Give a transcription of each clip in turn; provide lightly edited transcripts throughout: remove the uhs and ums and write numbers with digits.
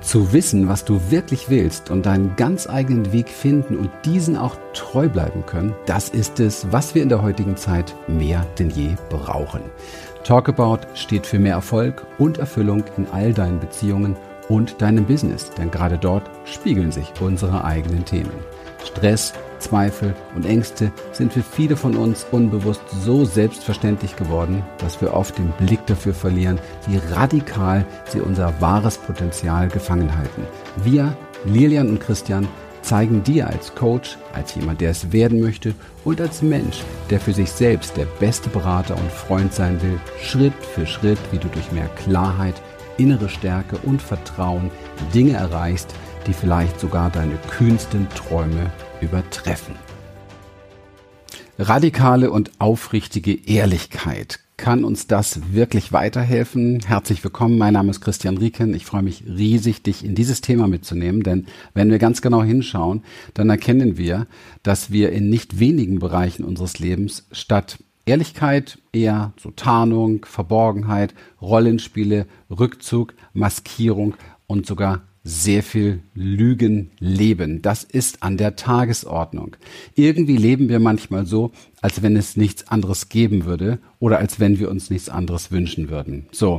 Zu wissen, was du wirklich willst und deinen ganz eigenen Weg finden und diesen auch treu bleiben können, das ist es, was wir in der heutigen Zeit mehr denn je brauchen. Talkabout steht für mehr Erfolg und Erfüllung in all deinen Beziehungen und deinem Business, denn gerade dort spiegeln sich unsere eigenen Themen. Stress, Zweifel und Ängste sind für viele von uns unbewusst so selbstverständlich geworden, dass wir oft den Blick dafür verlieren, wie radikal sie unser wahres Potenzial gefangen halten. Wir, Lilian und Christian, zeigen dir als Coach, als jemand, der es werden möchte und als Mensch, der für sich selbst der beste Berater und Freund sein will, Schritt für Schritt, wie du durch mehr Klarheit, innere Stärke und Vertrauen Dinge erreichst, die vielleicht sogar deine kühnsten Träume übertreffen. Radikale und aufrichtige Ehrlichkeit. Kann uns das wirklich weiterhelfen? Herzlich willkommen, mein Name ist Christian Rieken. Ich freue mich riesig, dich in dieses Thema mitzunehmen, denn wenn wir ganz genau hinschauen, dann erkennen wir, dass wir in nicht wenigen Bereichen unseres Lebens statt Ehrlichkeit eher so Tarnung, Verborgenheit, Rollenspiele, Rückzug, Maskierung und sogar sehr viel Lügen leben. Das ist an der Tagesordnung. Irgendwie leben wir manchmal so, als wenn es nichts anderes geben würde oder als wenn wir uns nichts anderes wünschen würden. So.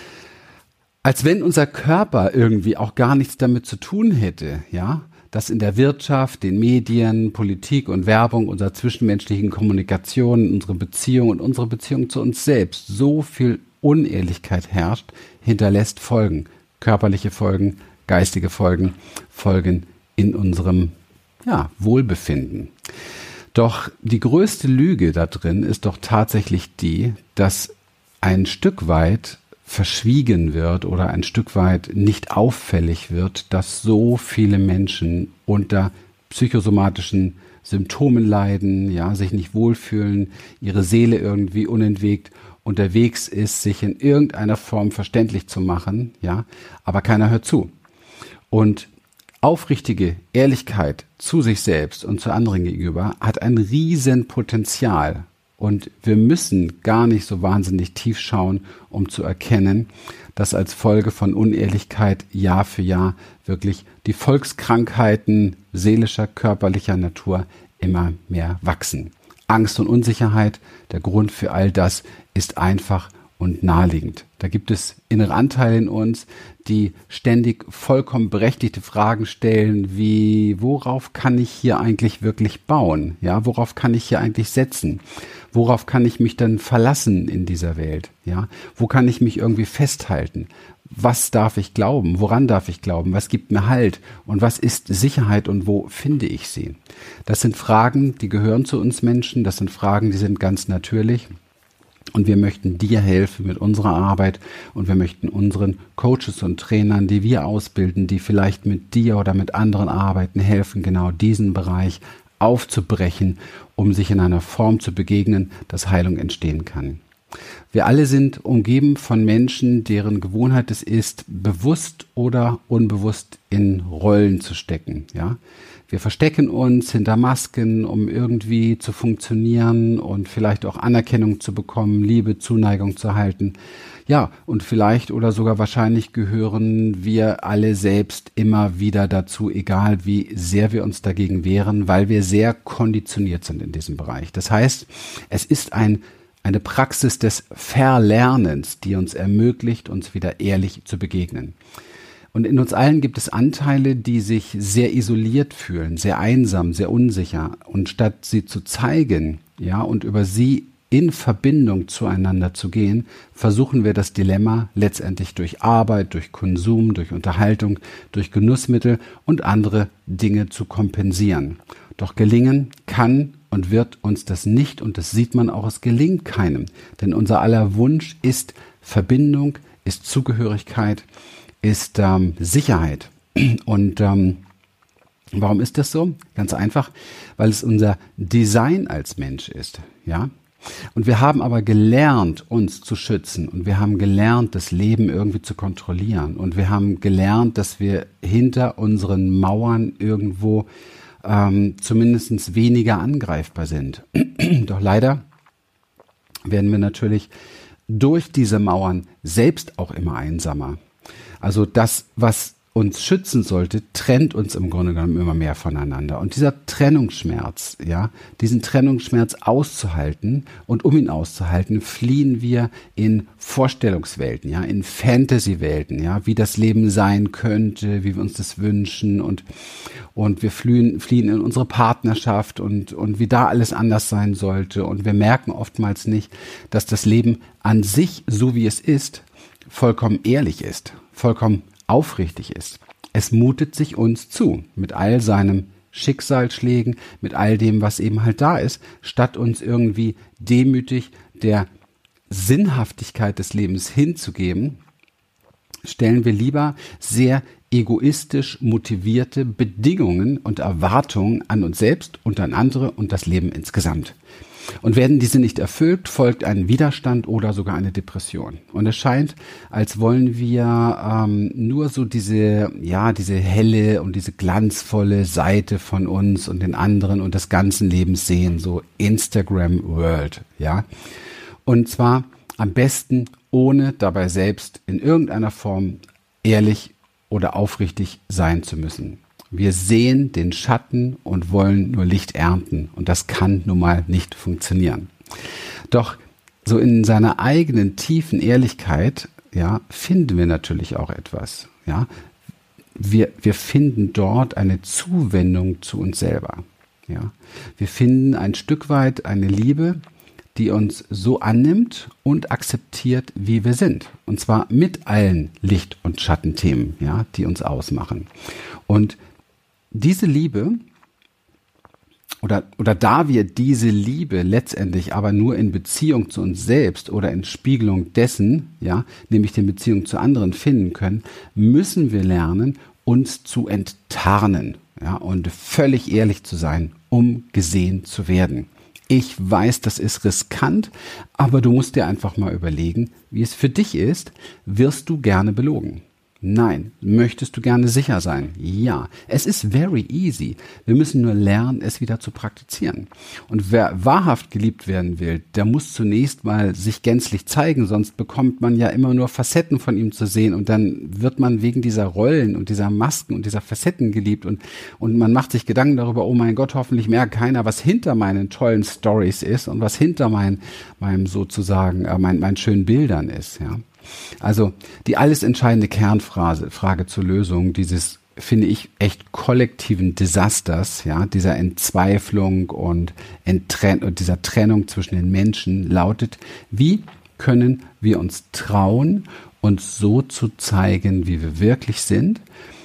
Als wenn unser Körper irgendwie auch gar nichts damit zu tun hätte, ja? Dass in der Wirtschaft, den Medien, Politik und Werbung, unserer zwischenmenschlichen Kommunikation, unsere Beziehung und unsere Beziehung zu uns selbst so viel Unehrlichkeit herrscht, hinterlässt Folgen, körperliche Folgen, geistige Folgen, Folgen in unserem Wohlbefinden. Doch die größte Lüge da drin ist doch tatsächlich die, dass ein Stück weit verschwiegen wird oder ein Stück weit nicht auffällig wird, dass so viele Menschen unter psychosomatischen Symptomen leiden, ja, sich nicht wohlfühlen, ihre Seele irgendwie unentwegt unterwegs ist, sich in irgendeiner Form verständlich zu machen, ja, aber keiner hört zu. Und aufrichtige Ehrlichkeit zu sich selbst und zu anderen gegenüber hat ein Riesenpotenzial. Und wir müssen gar nicht so wahnsinnig tief schauen, um zu erkennen, dass als Folge von Unehrlichkeit Jahr für Jahr wirklich die Volkskrankheiten seelischer, körperlicher Natur immer mehr wachsen. Angst und Unsicherheit, der Grund für all das ist einfach und naheliegend. Da gibt es innere Anteile in uns, die ständig vollkommen berechtigte Fragen stellen, wie, worauf kann ich hier eigentlich wirklich bauen? Ja, worauf kann ich hier eigentlich setzen? Worauf kann ich mich denn verlassen in dieser Welt? Ja, wo kann ich mich irgendwie festhalten? Was darf ich glauben? Woran darf ich glauben? Was gibt mir Halt? Und was ist Sicherheit und wo finde ich sie? Das sind Fragen, die gehören zu uns Menschen. Das sind Fragen, die sind ganz natürlich. Und wir möchten dir helfen mit unserer Arbeit und wir möchten unseren Coaches und Trainern, die wir ausbilden, die vielleicht mit dir oder mit anderen arbeiten, helfen, genau diesen Bereich aufzubrechen, um sich in einer Form zu begegnen, dass Heilung entstehen kann. Wir alle sind umgeben von Menschen, deren Gewohnheit es ist, bewusst oder unbewusst in Rollen zu stecken, ja. Wir verstecken uns hinter Masken, um irgendwie zu funktionieren und vielleicht auch Anerkennung zu bekommen, Liebe, Zuneigung zu erhalten. Ja, und vielleicht oder sogar wahrscheinlich gehören wir alle selbst immer wieder dazu, egal wie sehr wir uns dagegen wehren, weil wir sehr konditioniert sind in diesem Bereich. Das heißt, es ist eine Praxis des Verlernens, die uns ermöglicht, uns wieder ehrlich zu begegnen. Und in uns allen gibt es Anteile, die sich sehr isoliert fühlen, sehr einsam, sehr unsicher. Und statt sie zu zeigen, ja, und über sie in Verbindung zueinander zu gehen, versuchen wir das Dilemma letztendlich durch Arbeit, durch Konsum, durch Unterhaltung, durch Genussmittel und andere Dinge zu kompensieren. Doch gelingen kann und wird uns das nicht, und das sieht man auch, es gelingt keinem. Denn unser aller Wunsch ist Verbindung, ist Zugehörigkeit, ist Sicherheit. Und warum ist das so? Ganz einfach, weil es unser Design als Mensch ist, ja. Und wir haben aber gelernt, uns zu schützen, und wir haben gelernt, das Leben irgendwie zu kontrollieren, und wir haben gelernt, dass wir hinter unseren Mauern irgendwo zumindest weniger angreifbar sind. Doch leider werden wir natürlich durch diese Mauern selbst auch immer einsamer. Also das, was uns schützen sollte, trennt uns im Grunde genommen immer mehr voneinander. Und dieser Trennungsschmerz, ja, diesen Trennungsschmerz auszuhalten und um ihn auszuhalten, fliehen wir in Vorstellungswelten, ja, in Fantasy-Welten, ja, wie das Leben sein könnte, wie wir uns das wünschen und wir fliehen in unsere Partnerschaft und wie da alles anders sein sollte. Und wir merken oftmals nicht, dass das Leben an sich, so wie es ist, vollkommen ehrlich ist, vollkommen aufrichtig ist. Es mutet sich uns zu, mit all seinen Schicksalsschlägen, mit all dem, was eben halt da ist, statt uns irgendwie demütig der Sinnhaftigkeit des Lebens hinzugeben, stellen wir lieber sehr egoistisch motivierte Bedingungen und Erwartungen an uns selbst und an andere und das Leben insgesamt. Und werden diese nicht erfüllt, folgt ein Widerstand oder sogar eine Depression. Und es scheint, als wollen wir nur so diese helle und diese glanzvolle Seite von uns und den anderen und des ganzen Lebens sehen, so Instagram World, ja. Und zwar am besten ohne dabei selbst in irgendeiner Form ehrlich oder aufrichtig sein zu müssen. Wir sehen den Schatten und wollen nur Licht ernten. Und das kann nun mal nicht funktionieren. Doch so in seiner eigenen tiefen Ehrlichkeit, ja, finden wir natürlich auch etwas. Ja. Wir finden dort eine Zuwendung zu uns selber. Ja. Wir finden ein Stück weit eine Liebe, die uns so annimmt und akzeptiert, wie wir sind. Und zwar mit allen Licht- und Schattenthemen, ja, die uns ausmachen. Und diese Liebe, oder da wir diese Liebe letztendlich aber nur in Beziehung zu uns selbst oder in Spiegelung dessen, ja, nämlich den Beziehungen zu anderen finden können, müssen wir lernen, uns zu enttarnen, ja, und völlig ehrlich zu sein, um gesehen zu werden. Ich weiß, das ist riskant, aber du musst dir einfach mal überlegen, wie es für dich ist. Wirst du gerne belogen? Nein. Möchtest du gerne sicher sein? Ja. Es ist very easy. Wir müssen nur lernen, es wieder zu praktizieren. Und wer wahrhaft geliebt werden will, der muss zunächst mal sich gänzlich zeigen, sonst bekommt man ja immer nur Facetten von ihm zu sehen und dann wird man wegen dieser Rollen und dieser Masken und dieser Facetten geliebt und man macht sich Gedanken darüber, oh mein Gott, hoffentlich merkt keiner, was hinter meinen tollen Stories ist und was hinter meinen sozusagen, meinen schönen Bildern ist, ja. Also die alles entscheidende Frage zur Lösung dieses, finde ich, echt kollektiven Desasters, ja, dieser Entzweiflung und dieser Trennung zwischen den Menschen lautet: Wie können wir uns trauen, uns so zu zeigen, wie wir wirklich sind,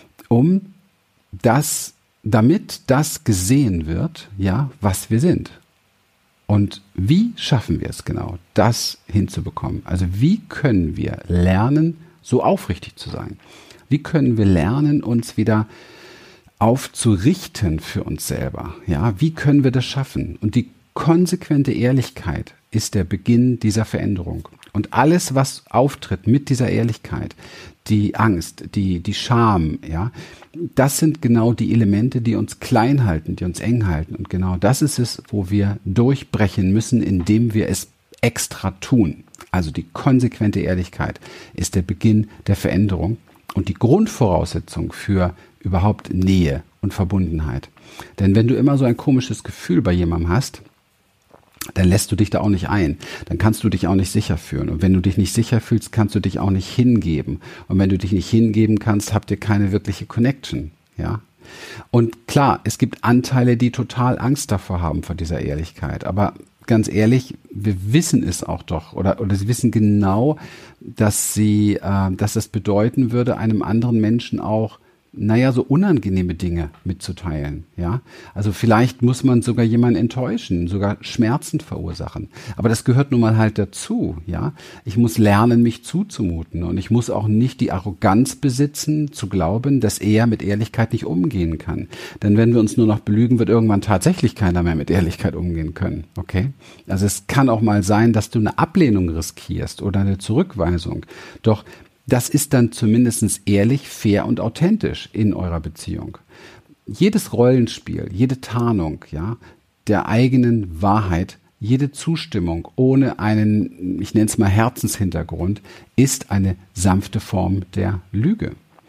damit das gesehen wird, ja, was wir sind? Und wie schaffen wir es genau, das hinzubekommen? Also wie können wir lernen, so aufrichtig zu sein? Wie können wir lernen, uns wieder aufzurichten für uns selber? Ja, wie können wir das schaffen? Und die konsequente Ehrlichkeit ist der Beginn dieser Veränderung. Und alles, was auftritt mit dieser Ehrlichkeit, die Angst, die Scham, ja, das sind genau die Elemente, die uns klein halten, die uns eng halten. Und genau das ist es, wo wir durchbrechen müssen, indem wir es extra tun. Also die konsequente Ehrlichkeit ist der Beginn der Veränderung und die Grundvoraussetzung für überhaupt Nähe und Verbundenheit. Denn wenn du immer so ein komisches Gefühl bei jemandem hast, dann lässt du dich da auch nicht ein. Dann kannst du dich auch nicht sicher fühlen. Und wenn du dich nicht sicher fühlst, kannst du dich auch nicht hingeben. Und wenn du dich nicht hingeben kannst, habt ihr keine wirkliche Connection. Ja. Und klar, es gibt Anteile, die total Angst davor haben, vor dieser Ehrlichkeit. Aber ganz ehrlich, wir wissen es auch doch. Oder sie wissen genau, dass das bedeuten würde, einem anderen Menschen auch so unangenehme Dinge mitzuteilen, ja. Also vielleicht muss man sogar jemanden enttäuschen, sogar Schmerzen verursachen. Aber das gehört nun mal halt dazu, ja. Ich muss lernen, mich zuzumuten und ich muss auch nicht die Arroganz besitzen, zu glauben, dass er mit Ehrlichkeit nicht umgehen kann. Denn wenn wir uns nur noch belügen, wird irgendwann tatsächlich keiner mehr mit Ehrlichkeit umgehen können, okay? Also es kann auch mal sein, dass du eine Ablehnung riskierst oder eine Zurückweisung. Doch das ist dann zumindest ehrlich, fair und authentisch in eurer Beziehung. Jedes Rollenspiel, jede Tarnung, ja, der eigenen Wahrheit, jede Zustimmung ohne einen, ich nenne es mal Herzenshintergrund, ist eine sanfte Form der Lüge.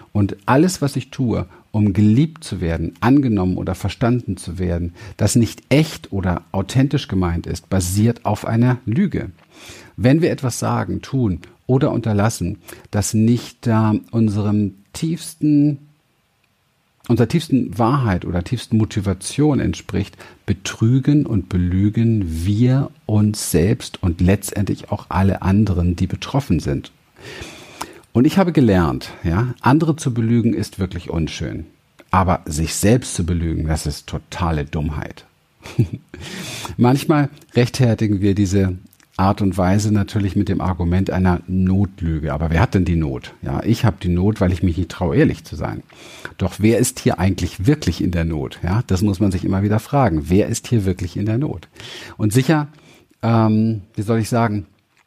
Und alles, was ich tue, um geliebt zu werden, angenommen oder verstanden zu werden, das nicht echt oder authentisch gemeint ist, basiert auf einer Lüge. Wenn wir etwas sagen, tun oder unterlassen, das nicht unserer tiefsten Wahrheit oder tiefsten Motivation entspricht, betrügen und belügen wir uns selbst und letztendlich auch alle anderen, die betroffen sind. Und ich habe gelernt, ja, andere zu belügen ist wirklich unschön. Aber sich selbst zu belügen, das ist totale Dummheit. Manchmal rechtfertigen wir diese Art und Weise natürlich mit dem Argument einer Notlüge. Aber wer hat denn die Not? Ja, ich habe die Not, weil ich mich nicht traue, ehrlich zu sein. Doch wer ist hier eigentlich wirklich in der Not? Ja, das muss man sich immer wieder fragen. Wer ist hier wirklich in der Not? Und sicher, wie soll ich sagen,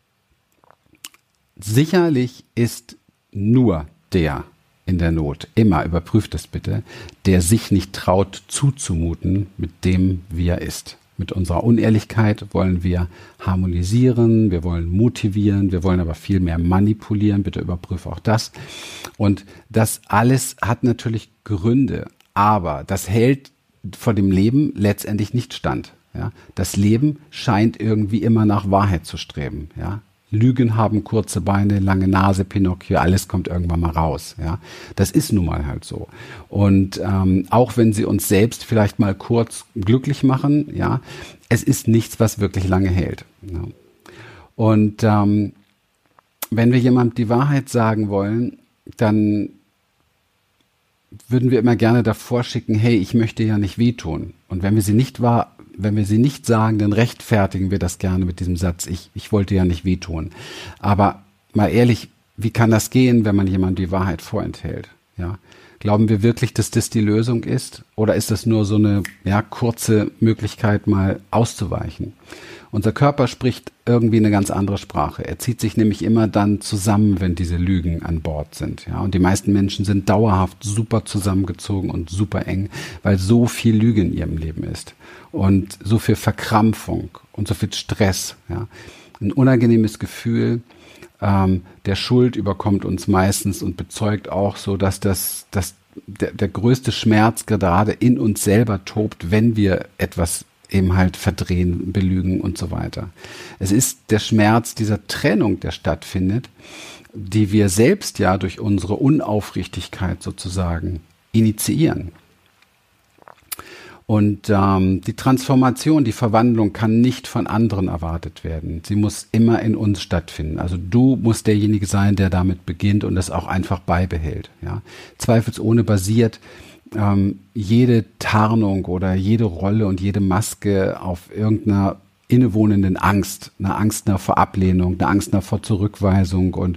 sicherlich ist nur der in der Not, immer, überprüft das bitte, der sich nicht traut zuzumuten mit dem, wie er ist. Mit unserer Unehrlichkeit wollen wir harmonisieren, wir wollen motivieren, wir wollen aber viel mehr manipulieren, bitte überprüfe auch das. Und das alles hat natürlich Gründe, aber das hält vor dem Leben letztendlich nicht stand. Ja? Das Leben scheint irgendwie immer nach Wahrheit zu streben, ja. Lügen haben kurze Beine, lange Nase, Pinocchio, alles kommt irgendwann mal raus. Ja, das ist nun mal halt so. Und auch wenn sie uns selbst vielleicht mal kurz glücklich machen, ja, es ist nichts, was wirklich lange hält. Ja. Und wenn wir jemandem die Wahrheit sagen wollen, dann würden wir immer gerne davor schicken, hey, ich möchte ja nicht wehtun. Und wenn wir sie nicht sagen, dann rechtfertigen wir das gerne mit diesem Satz, ich wollte ja nicht wehtun. Aber mal ehrlich, wie kann das gehen, wenn man jemandem die Wahrheit vorenthält? Ja? Glauben wir wirklich, dass das die Lösung ist? Oder ist das nur so eine kurze Möglichkeit, mal auszuweichen? Unser Körper spricht irgendwie eine ganz andere Sprache. Er zieht sich nämlich immer dann zusammen, wenn diese Lügen an Bord sind. Ja, und die meisten Menschen sind dauerhaft super zusammengezogen und super eng, weil so viel Lüge in ihrem Leben ist. Und so viel Verkrampfung und so viel Stress. Ja. Ein unangenehmes Gefühl der Schuld überkommt uns meistens und bezeugt auch so, dass der größte Schmerz gerade in uns selber tobt, wenn wir etwas eben halt verdrehen, belügen und so weiter. Es ist der Schmerz dieser Trennung, der stattfindet, die wir selbst ja durch unsere Unaufrichtigkeit sozusagen initiieren. Und die Transformation, die Verwandlung kann nicht von anderen erwartet werden. Sie muss immer in uns stattfinden. Also du musst derjenige sein, der damit beginnt und das auch einfach beibehält. Ja? Zweifelsohne basiert jede Tarnung oder jede Rolle und jede Maske auf irgendeiner innewohnenden Angst, eine Angst vor Ablehnung, eine Angst vor Zurückweisung und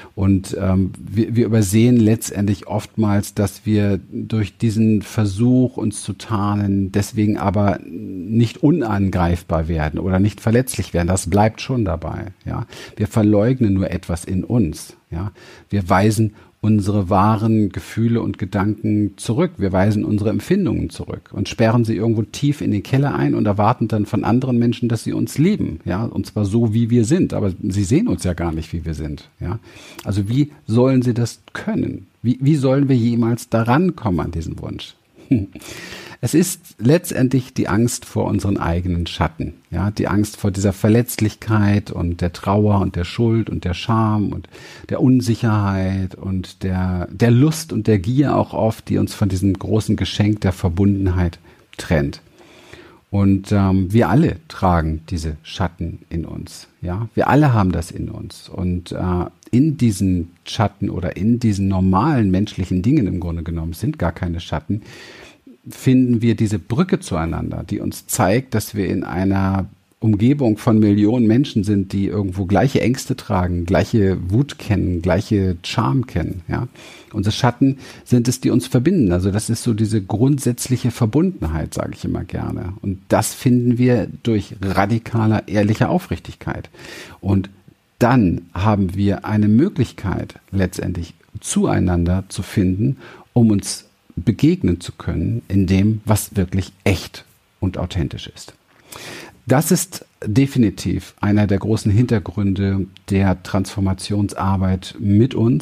wir übersehen letztendlich oftmals, dass wir durch diesen Versuch, uns zu tarnen, deswegen aber nicht unangreifbar werden oder nicht verletzlich werden. Das bleibt schon dabei. Ja, wir verleugnen nur etwas in uns. Ja, wir weisen unsere wahren Gefühle und Gedanken zurück. Wir weisen unsere Empfindungen zurück und sperren sie irgendwo tief in den Keller ein und erwarten dann von anderen Menschen, dass sie uns lieben, ja, und zwar so, wie wir sind. Aber sie sehen uns ja gar nicht, wie wir sind, ja. Also wie sollen sie das können? Wie sollen wir jemals daran kommen an diesen Wunsch? Es ist letztendlich die Angst vor unseren eigenen Schatten, ja, die Angst vor dieser Verletzlichkeit und der Trauer und der Schuld und der Scham und der Unsicherheit und der Lust und der Gier auch oft, die uns von diesem großen Geschenk der Verbundenheit trennt. Und wir alle tragen diese Schatten in uns, ja, wir alle haben das in uns und in diesen Schatten oder in diesen normalen menschlichen Dingen im Grunde genommen sind gar keine Schatten, finden wir diese Brücke zueinander, die uns zeigt, dass wir in einer Umgebung von Millionen Menschen sind, die irgendwo gleiche Ängste tragen, gleiche Wut kennen, gleiche Scham kennen. Ja? Unsere Schatten sind es, die uns verbinden. Also das ist so diese grundsätzliche Verbundenheit, sage ich immer gerne. Und das finden wir durch radikaler, ehrlicher Aufrichtigkeit. Und dann haben wir eine Möglichkeit, letztendlich zueinander zu finden, um uns begegnen zu können in dem, was wirklich echt und authentisch ist. Das ist definitiv einer der großen Hintergründe der Transformationsarbeit mit uns.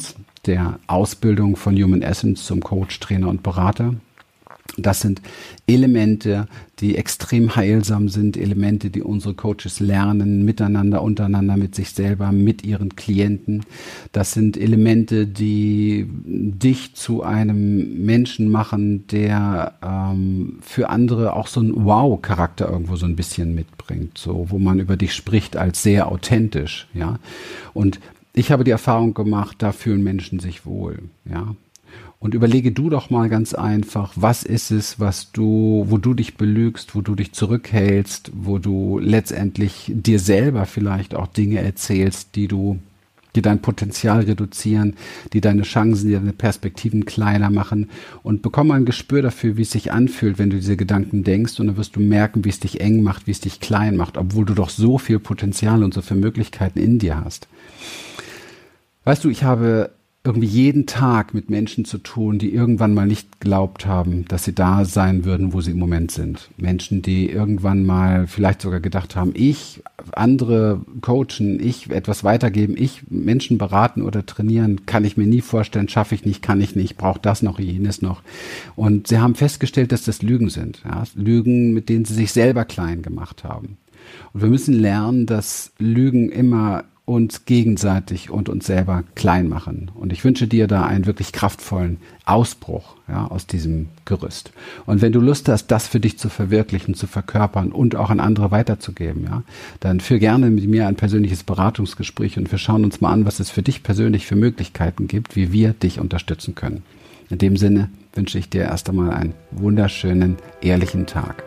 der Ausbildung von Human Essence zum Coach, Trainer und Berater. Das sind Elemente, die extrem heilsam sind, Elemente, die unsere Coaches lernen, miteinander, untereinander, mit sich selber, mit ihren Klienten. Das sind Elemente, die dich zu einem Menschen machen, der für andere auch so einen Wow-Charakter irgendwo so ein bisschen mitbringt, so wo man über dich spricht als sehr authentisch, ja. Und ich habe die Erfahrung gemacht, da fühlen Menschen sich wohl, ja. Und überlege du doch mal ganz einfach, was ist es, wo du dich belügst, wo du dich zurückhältst, wo du letztendlich dir selber vielleicht auch Dinge erzählst, die dein Potenzial reduzieren, die deine Chancen, die deine Perspektiven kleiner machen, und bekomm mal ein Gespür dafür, wie es sich anfühlt, wenn du diese Gedanken denkst, und dann wirst du merken, wie es dich eng macht, wie es dich klein macht, obwohl du doch so viel Potenzial und so viele Möglichkeiten in dir hast. Weißt du, ich habe irgendwie jeden Tag mit Menschen zu tun, die irgendwann mal nicht geglaubt haben, dass sie da sein würden, wo sie im Moment sind. Menschen, die irgendwann mal vielleicht sogar gedacht haben, ich andere coachen, ich etwas weitergeben, ich Menschen beraten oder trainieren, kann ich mir nie vorstellen, schaffe ich nicht, kann ich nicht, brauche das noch, jenes noch. Und sie haben festgestellt, dass das Lügen sind. Ja? Lügen, mit denen sie sich selber klein gemacht haben. Und wir müssen lernen, dass Lügen immer uns gegenseitig und uns selber klein machen. Und ich wünsche dir da einen wirklich kraftvollen Ausbruch, ja, aus diesem Gerüst. Und wenn du Lust hast, das für dich zu verwirklichen, zu verkörpern und auch an andere weiterzugeben, ja, dann führ gerne mit mir ein persönliches Beratungsgespräch und wir schauen uns mal an, was es für dich persönlich für Möglichkeiten gibt, wie wir dich unterstützen können. In dem Sinne wünsche ich dir erst einmal einen wunderschönen, ehrlichen Tag.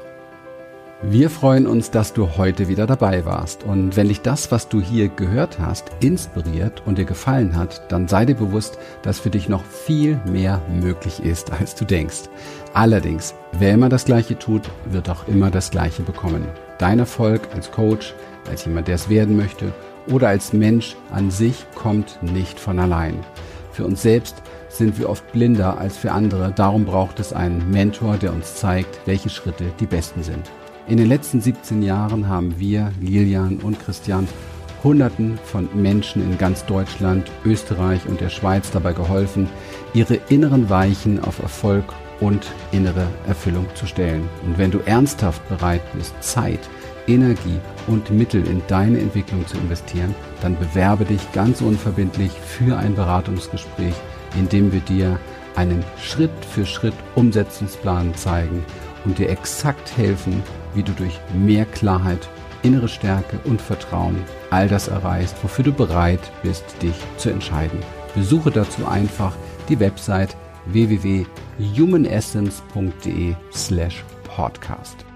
Wir freuen uns, dass du heute wieder dabei warst, und wenn dich das, was du hier gehört hast, inspiriert und dir gefallen hat, dann sei dir bewusst, dass für dich noch viel mehr möglich ist, als du denkst. Allerdings, wer immer das Gleiche tut, wird auch immer das Gleiche bekommen. Dein Erfolg als Coach, als jemand, der es werden möchte, oder als Mensch an sich kommt nicht von allein. Für uns selbst sind wir oft blinder als für andere, darum braucht es einen Mentor, der uns zeigt, welche Schritte die besten sind. In den letzten 17 Jahren haben wir, Lilian und Christian, Hunderten von Menschen in ganz Deutschland, Österreich und der Schweiz dabei geholfen, ihre inneren Weichen auf Erfolg und innere Erfüllung zu stellen. Und wenn du ernsthaft bereit bist, Zeit, Energie und Mittel in deine Entwicklung zu investieren, dann bewerbe dich ganz unverbindlich für ein Beratungsgespräch, in dem wir dir einen Schritt-für-Schritt Umsetzungsplan zeigen und dir exakt helfen, wie du durch mehr Klarheit, innere Stärke und Vertrauen all das erreichst, wofür du bereit bist, dich zu entscheiden. Besuche dazu einfach die Website www.humanessence.de/podcast.